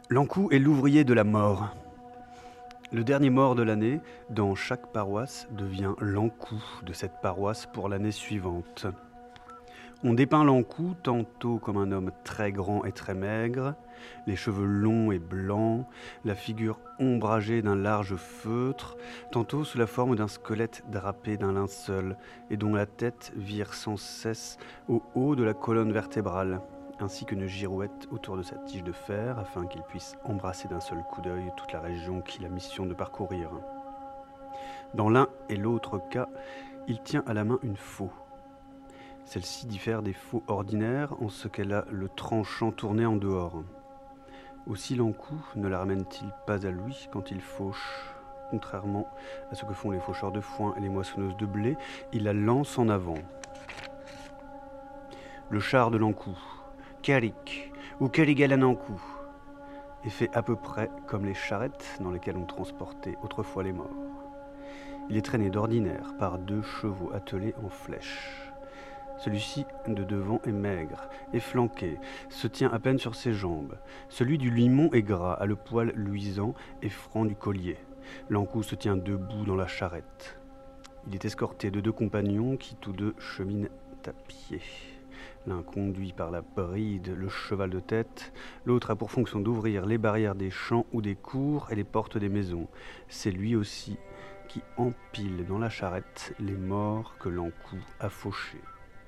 L'Ankou est l'ouvrier de la mort. Le dernier mort de l'année, dans chaque paroisse, devient l'Ankou de cette paroisse pour l'année suivante. On dépeint l'Ankou tantôt comme un homme très grand et très maigre, les cheveux longs et blancs, la figure ombragée d'un large feutre, tantôt sous la forme d'un squelette drapé d'un linceul et dont la tête vire sans cesse au haut de la colonne vertébrale, ainsi qu'une girouette autour de sa tige de fer afin qu'il puisse embrasser d'un seul coup d'œil toute la région qu'il a mission de parcourir. Dans l'un et l'autre cas, il tient à la main une faux. Celle-ci diffère des faux ordinaires en ce qu'elle a le tranchant tourné en dehors. Aussi l'Ankou ne la ramène-t-il pas à lui quand il fauche. Contrairement à ce que font les faucheurs de foin et les moissonneuses de blé, il la lance en avant. Le char de l'Ankou, Kerik ou Kerigalanankou, est fait à peu près comme les charrettes dans lesquelles on transportait autrefois les morts. Il est traîné d'ordinaire par 2 chevaux attelés en flèche. Celui-ci de devant est maigre, efflanqué, se tient à peine sur ses jambes. Celui du limon est gras, a le poil luisant et franc du collier. L'Ankou se tient debout dans la charrette. Il est escorté de 2 compagnons qui tous 2 cheminent à pied. L'un conduit par la bride le cheval de tête, l'autre a pour fonction d'ouvrir les barrières des champs ou des cours et les portes des maisons. C'est lui aussi qui empile dans la charrette les morts que l'Ankou a fauchés.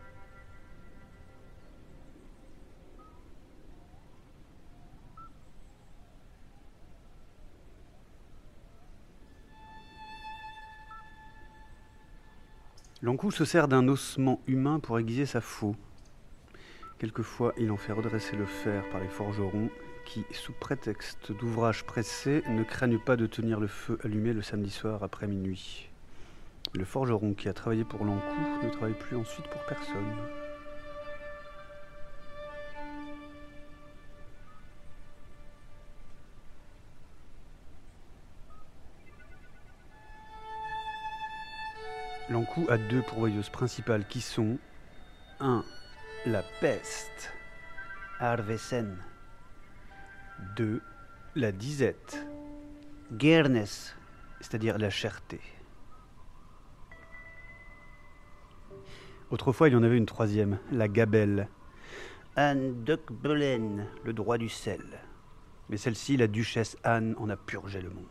L'Ankou se sert d'un ossement humain pour aiguiser sa faux. Quelquefois, il en fait redresser le fer par les forgerons qui, sous prétexte d'ouvrages pressés, ne craignent pas de tenir le feu allumé le samedi soir après minuit. Le forgeron qui a travaillé pour l'Ankou ne travaille plus ensuite pour personne. L'Ankou a 2 pourvoyeuses principales qui sont 1. La peste, Arvesen. 2. La disette, Gernes, c'est-à-dire la cherté. Autrefois, il y en avait une 3e, la gabelle, Anne Dukbelen, le droit du sel. Mais celle-ci, la duchesse Anne, en a purgé le monde.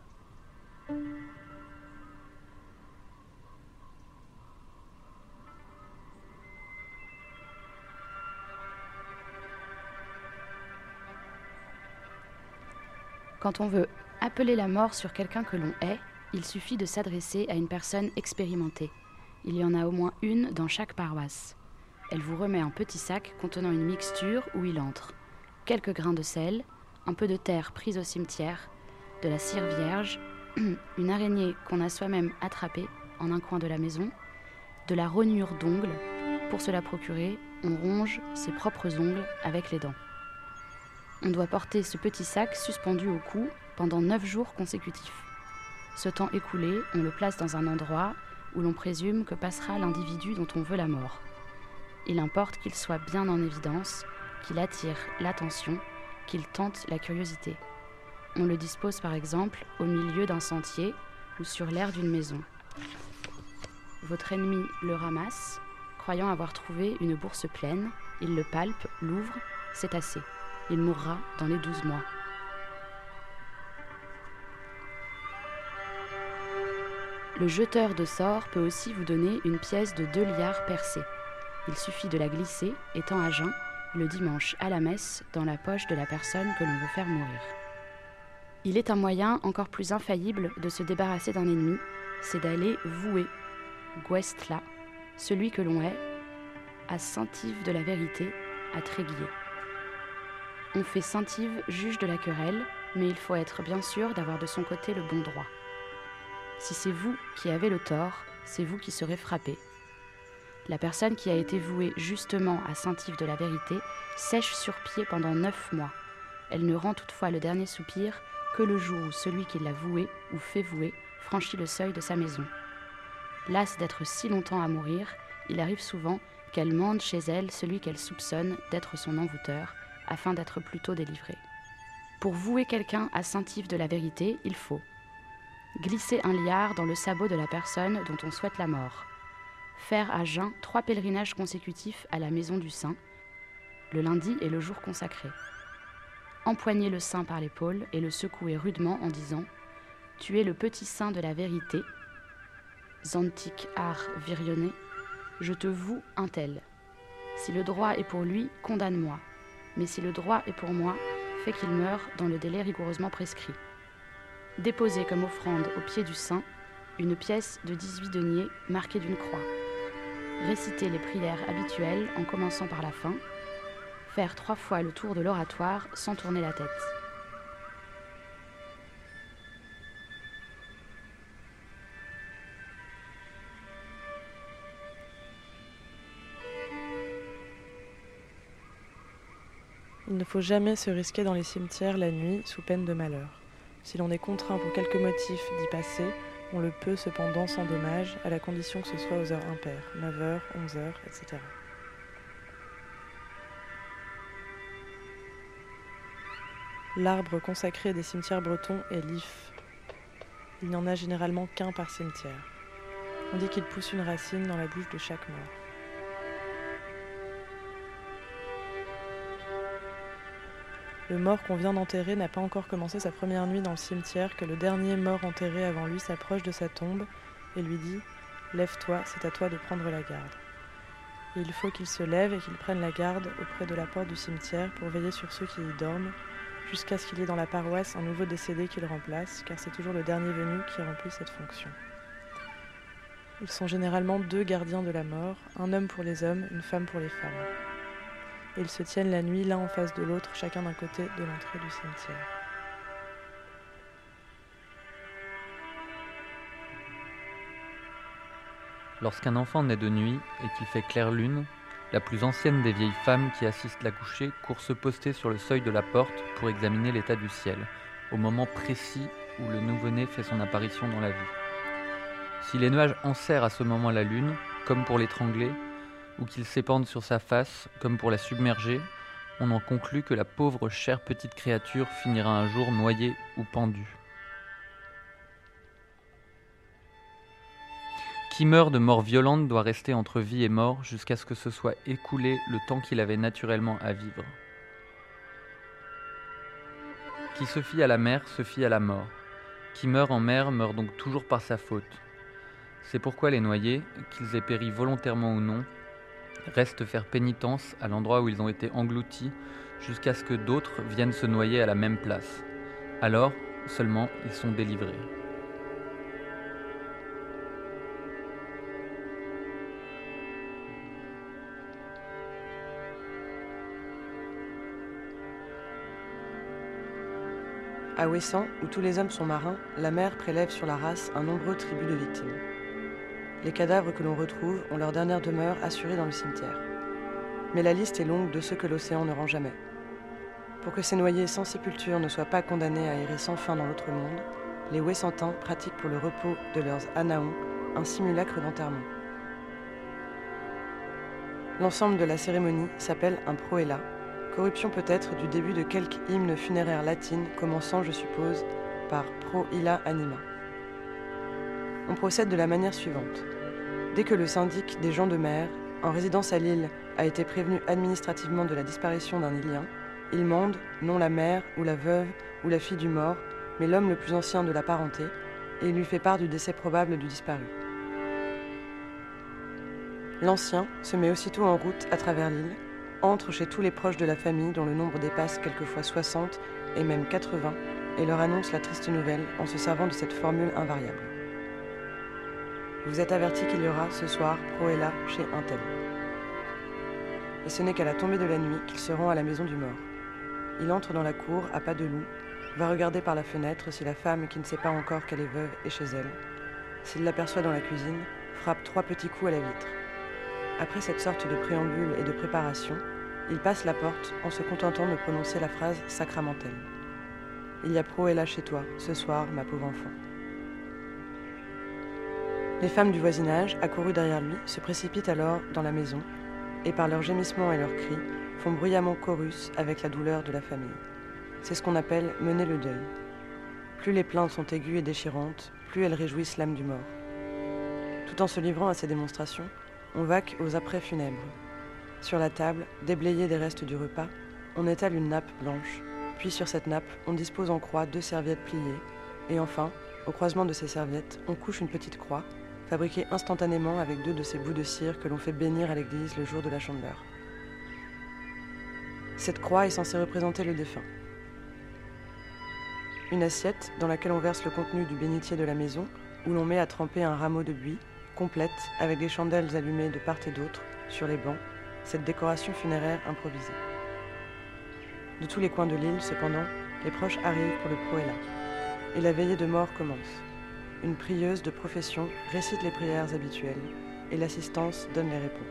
Quand on veut appeler la mort sur quelqu'un que l'on hait, il suffit de s'adresser à une personne expérimentée. Il y en a au moins une dans chaque paroisse. Elle vous remet un petit sac contenant une mixture où il entre quelques grains de sel, un peu de terre prise au cimetière, de la cire vierge, une araignée qu'on a soi-même attrapée en un coin de la maison, de la rognure d'ongles. Pour se la procurer, on ronge ses propres ongles avec les dents. On doit porter ce petit sac suspendu au cou pendant 9 jours consécutifs. Ce temps écoulé, on le place dans un endroit où l'on présume que passera l'individu dont on veut la mort. Il importe qu'il soit bien en évidence, qu'il attire l'attention, qu'il tente la curiosité. On le dispose par exemple au milieu d'un sentier ou sur l'aire d'une maison. Votre ennemi le ramasse, croyant avoir trouvé une bourse pleine, il le palpe, l'ouvre, c'est assez. Il mourra dans les 12 mois. Le jeteur de sorts peut aussi vous donner une pièce de 2 liards percée. Il suffit de la glisser, étant à jeun, le dimanche à la messe, dans la poche de la personne que l'on veut faire mourir. Il est un moyen encore plus infaillible de se débarrasser d'un ennemi, c'est d'aller vouer, Guestla, celui que l'on hait, à Saint-Yves de la Vérité, à Tréguier. On fait Saint-Yves juge de la querelle, mais il faut être bien sûr d'avoir de son côté le bon droit. Si c'est vous qui avez le tort, c'est vous qui serez frappé. La personne qui a été vouée justement à Saint-Yves de la Vérité sèche sur pied pendant 9 mois. Elle ne rend toutefois le dernier soupir que le jour où celui qui l'a vouée ou fait vouer franchit le seuil de sa maison. Lasse d'être si longtemps à mourir, il arrive souvent qu'elle mande chez elle celui qu'elle soupçonne d'être son envoûteur, afin d'être plus tôt délivrée. Pour vouer quelqu'un à Saint-Yves de la vérité, il faut glisser un liard dans le sabot de la personne dont on souhaite la mort, faire à jeun 3 pèlerinages consécutifs à la maison du saint, le lundi est le jour consacré, empoigner le saint par l'épaule et le secouer rudement en disant « Tu es le petit saint de la vérité, Zantic ar virionné, je te voue un tel. Si le droit est pour lui, condamne-moi, mais si le droit est pour moi, fais qu'il meure dans le délai rigoureusement prescrit. » Déposer comme offrande au pied du saint une pièce de 18 deniers marquée d'une croix. Réciter les prières habituelles en commençant par la fin. Faire 3 fois le tour de l'oratoire sans tourner la tête. Il ne faut jamais se risquer dans les cimetières la nuit sous peine de malheur. Si l'on est contraint pour quelque motif d'y passer, on le peut cependant sans dommage, à la condition que ce soit aux heures impaires, 9h, 11h, etc. L'arbre consacré des cimetières bretons est l'if. Il n'y en a généralement qu'un par cimetière. On dit qu'il pousse une racine dans la bouche de chaque mort. Le mort qu'on vient d'enterrer n'a pas encore commencé sa première nuit dans le cimetière que le dernier mort enterré avant lui s'approche de sa tombe et lui dit « Lève-toi, c'est à toi de prendre la garde ». Et il faut qu'il se lève et qu'il prenne la garde auprès de la porte du cimetière pour veiller sur ceux qui y dorment, jusqu'à ce qu'il y ait dans la paroisse un nouveau décédé qui le remplace, car c'est toujours le dernier venu qui remplit cette fonction. Ils sont généralement 2 gardiens de la mort, un homme pour les hommes, une femme pour les femmes. Et ils se tiennent la nuit l'un en face de l'autre, chacun d'un côté de l'entrée du cimetière. Lorsqu'un enfant naît de nuit et qu'il fait claire lune, la plus ancienne des vieilles femmes qui assistent l'accoucher court se poster sur le seuil de la porte pour examiner l'état du ciel, au moment précis où le nouveau-né fait son apparition dans la vie. Si les nuages enserrent à ce moment la lune, comme pour l'étrangler, ou qu'ils s'épandent sur sa face, comme pour la submerger, on en conclut que la pauvre chère petite créature finira un jour noyée ou pendue. Qui meurt de mort violente doit rester entre vie et mort jusqu'à ce que se soit écoulé le temps qu'il avait naturellement à vivre. Qui se fie à la mer se fie à la mort. Qui meurt en mer meurt donc toujours par sa faute. C'est pourquoi les noyés, qu'ils aient péri volontairement ou non, restent faire pénitence à l'endroit où ils ont été engloutis jusqu'à ce que d'autres viennent se noyer à la même place. Alors, seulement, ils sont délivrés. À Ouessant, où tous les hommes sont marins, la mer prélève sur la race un nombreux tribut de victimes. Les cadavres que l'on retrouve ont leur dernière demeure assurée dans le cimetière. Mais la liste est longue de ceux que l'océan ne rend jamais. Pour que ces noyés sans sépulture ne soient pas condamnés à errer sans fin dans l'autre monde, les Ouessantins pratiquent pour le repos de leurs anaons un simulacre d'enterrement. L'ensemble de la cérémonie s'appelle un proella, corruption peut-être du début de quelque hymne funéraire latine commençant, je suppose, par pro illa anima. On procède de la manière suivante. Dès que le syndic des gens de mer, en résidence à l'île, a été prévenu administrativement de la disparition d'un Ilien, il mande, non la mère ou la veuve ou la fille du mort, mais l'homme le plus ancien de la parenté, et il lui fait part du décès probable du disparu. L'ancien se met aussitôt en route à travers l'île, entre chez tous les proches de la famille dont le nombre dépasse quelquefois 60 et même 80, et leur annonce la triste nouvelle en se servant de cette formule invariable. Vous êtes avertis qu'il y aura ce soir proella chez un tel. Et ce n'est qu'à la tombée de la nuit qu'il se rend à la maison du mort. Il entre dans la cour à pas de loup, va regarder par la fenêtre si la femme qui ne sait pas encore qu'elle est veuve est chez elle. S'il l'aperçoit dans la cuisine, frappe 3 petits coups à la vitre. Après cette sorte de préambule et de préparation, il passe la porte en se contentant de prononcer la phrase sacramentelle. Il y a proella chez toi, ce soir, ma pauvre enfant. Les femmes du voisinage, accourues derrière lui, se précipitent alors dans la maison et par leurs gémissements et leurs cris, font bruyamment chorus avec la douleur de la famille. C'est ce qu'on appelle mener le deuil. Plus les plaintes sont aiguës et déchirantes, plus elles réjouissent l'âme du mort. Tout en se livrant à ces démonstrations, on vaque aux apprêts funèbres. Sur la table, déblayée des restes du repas, on étale une nappe blanche, puis sur cette nappe, on dispose en croix 2 serviettes pliées, et enfin, au croisement de ces serviettes, on couche une petite croix, fabriquée instantanément avec 2 de ces bouts de cire que l'on fait bénir à l'église le jour de la Chandeleur. Cette croix est censée représenter le défunt. Une assiette dans laquelle on verse le contenu du bénitier de la maison, où l'on met à tremper un rameau de buis, complète, avec des chandelles allumées de part et d'autre, sur les bancs, cette décoration funéraire improvisée. De tous les coins de l'île, cependant, les proches arrivent pour le prohéla. Et la veillée de mort commence. Une prieuse de profession récite les prières habituelles, et l'assistance donne les réponses.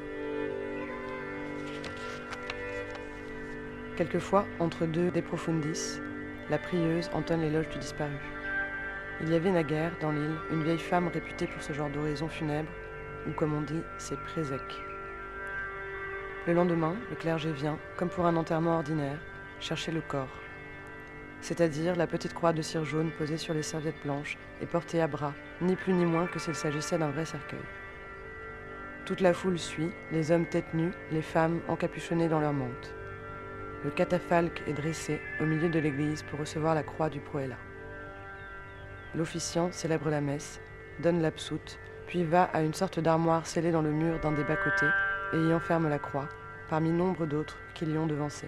Quelquefois, entre 2 de profundis, la prieuse entonne l'éloge du disparu. Il y avait naguère, dans l'île, une vieille femme réputée pour ce genre d'oraison funèbre, ou comme on dit, c'est présec. Le lendemain, le clergé vient, comme pour un enterrement ordinaire, chercher le corps. C'est-à-dire la petite croix de cire jaune posée sur les serviettes blanches et portée à bras, ni plus ni moins que s'il s'agissait d'un vrai cercueil. Toute la foule suit, les hommes tête nue, les femmes encapuchonnées dans leurs mantes. Le catafalque est dressé au milieu de l'église pour recevoir la croix du prohéla. L'officiant célèbre la messe, donne l'absoute, puis va à une sorte d'armoire scellée dans le mur d'un des bas-côtés et y enferme la croix, parmi nombre d'autres qui l'y ont devancée.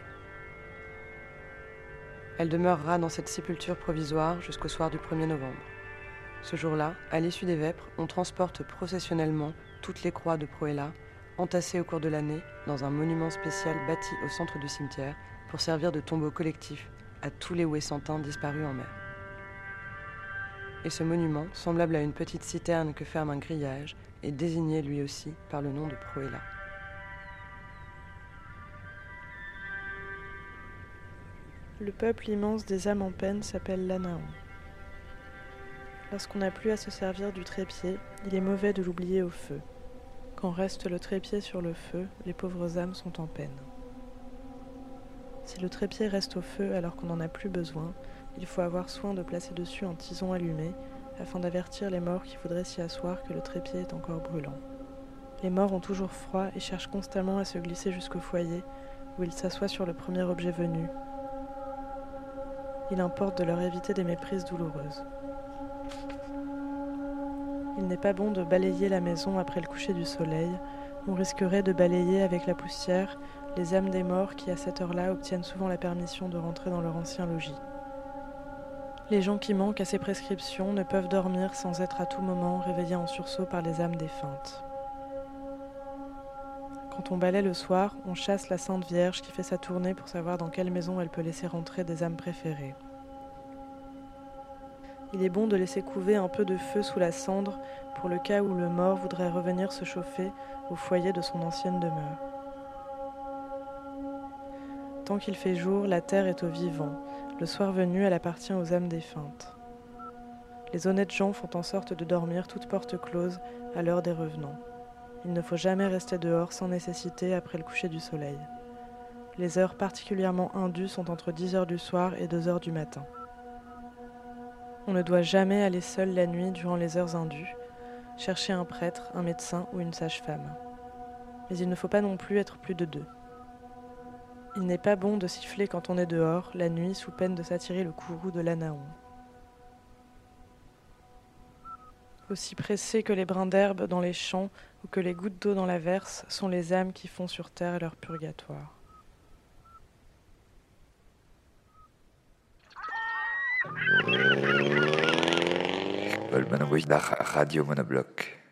Elle demeurera dans cette sépulture provisoire jusqu'au soir du 1er novembre. Ce jour-là, à l'issue des vêpres, on transporte processionnellement toutes les croix de prohéla, entassées au cours de l'année, dans un monument spécial bâti au centre du cimetière pour servir de tombeau collectif à tous les Ouessantins disparus en mer. Et ce monument, semblable à une petite citerne que ferme un grillage, est désigné lui aussi par le nom de prohéla. Le peuple immense des âmes en peine s'appelle l'Anaon. Lorsqu'on n'a plus à se servir du trépied, il est mauvais de l'oublier au feu. Quand reste le trépied sur le feu, les pauvres âmes sont en peine. Si le trépied reste au feu alors qu'on n'en a plus besoin, il faut avoir soin de placer dessus un tison allumé afin d'avertir les morts qui voudraient s'y asseoir que le trépied est encore brûlant. Les morts ont toujours froid et cherchent constamment à se glisser jusqu'au foyer où ils s'assoient sur le premier objet venu. Il importe de leur éviter des méprises douloureuses. Il n'est pas bon de balayer la maison après le coucher du soleil. On risquerait de balayer avec la poussière les âmes des morts qui, à cette heure-là, obtiennent souvent la permission de rentrer dans leur ancien logis. Les gens qui manquent à ces prescriptions ne peuvent dormir sans être à tout moment réveillés en sursaut par les âmes défuntes. Quand on balaie le soir, on chasse la Sainte Vierge qui fait sa tournée pour savoir dans quelle maison elle peut laisser rentrer des âmes préférées. Il est bon de laisser couver un peu de feu sous la cendre pour le cas où le mort voudrait revenir se chauffer au foyer de son ancienne demeure. Tant qu'il fait jour, la terre est aux vivants. Le soir venu, elle appartient aux âmes défuntes. Les honnêtes gens font en sorte de dormir toutes portes closes à l'heure des revenants. Il ne faut jamais rester dehors sans nécessité après le coucher du soleil. Les heures particulièrement indues sont entre 10h du soir et 2h du matin. On ne doit jamais aller seul la nuit durant les heures indues, chercher un prêtre, un médecin ou une sage-femme. Mais il ne faut pas non plus être plus de 2. Il n'est pas bon de siffler quand on est dehors, la nuit, sous peine de s'attirer le courroux de l'Anaon. Aussi pressés que les brins d'herbe dans les champs ou que les gouttes d'eau dans la verse sont les âmes qui font sur terre leur purgatoire. Radio Monobloc.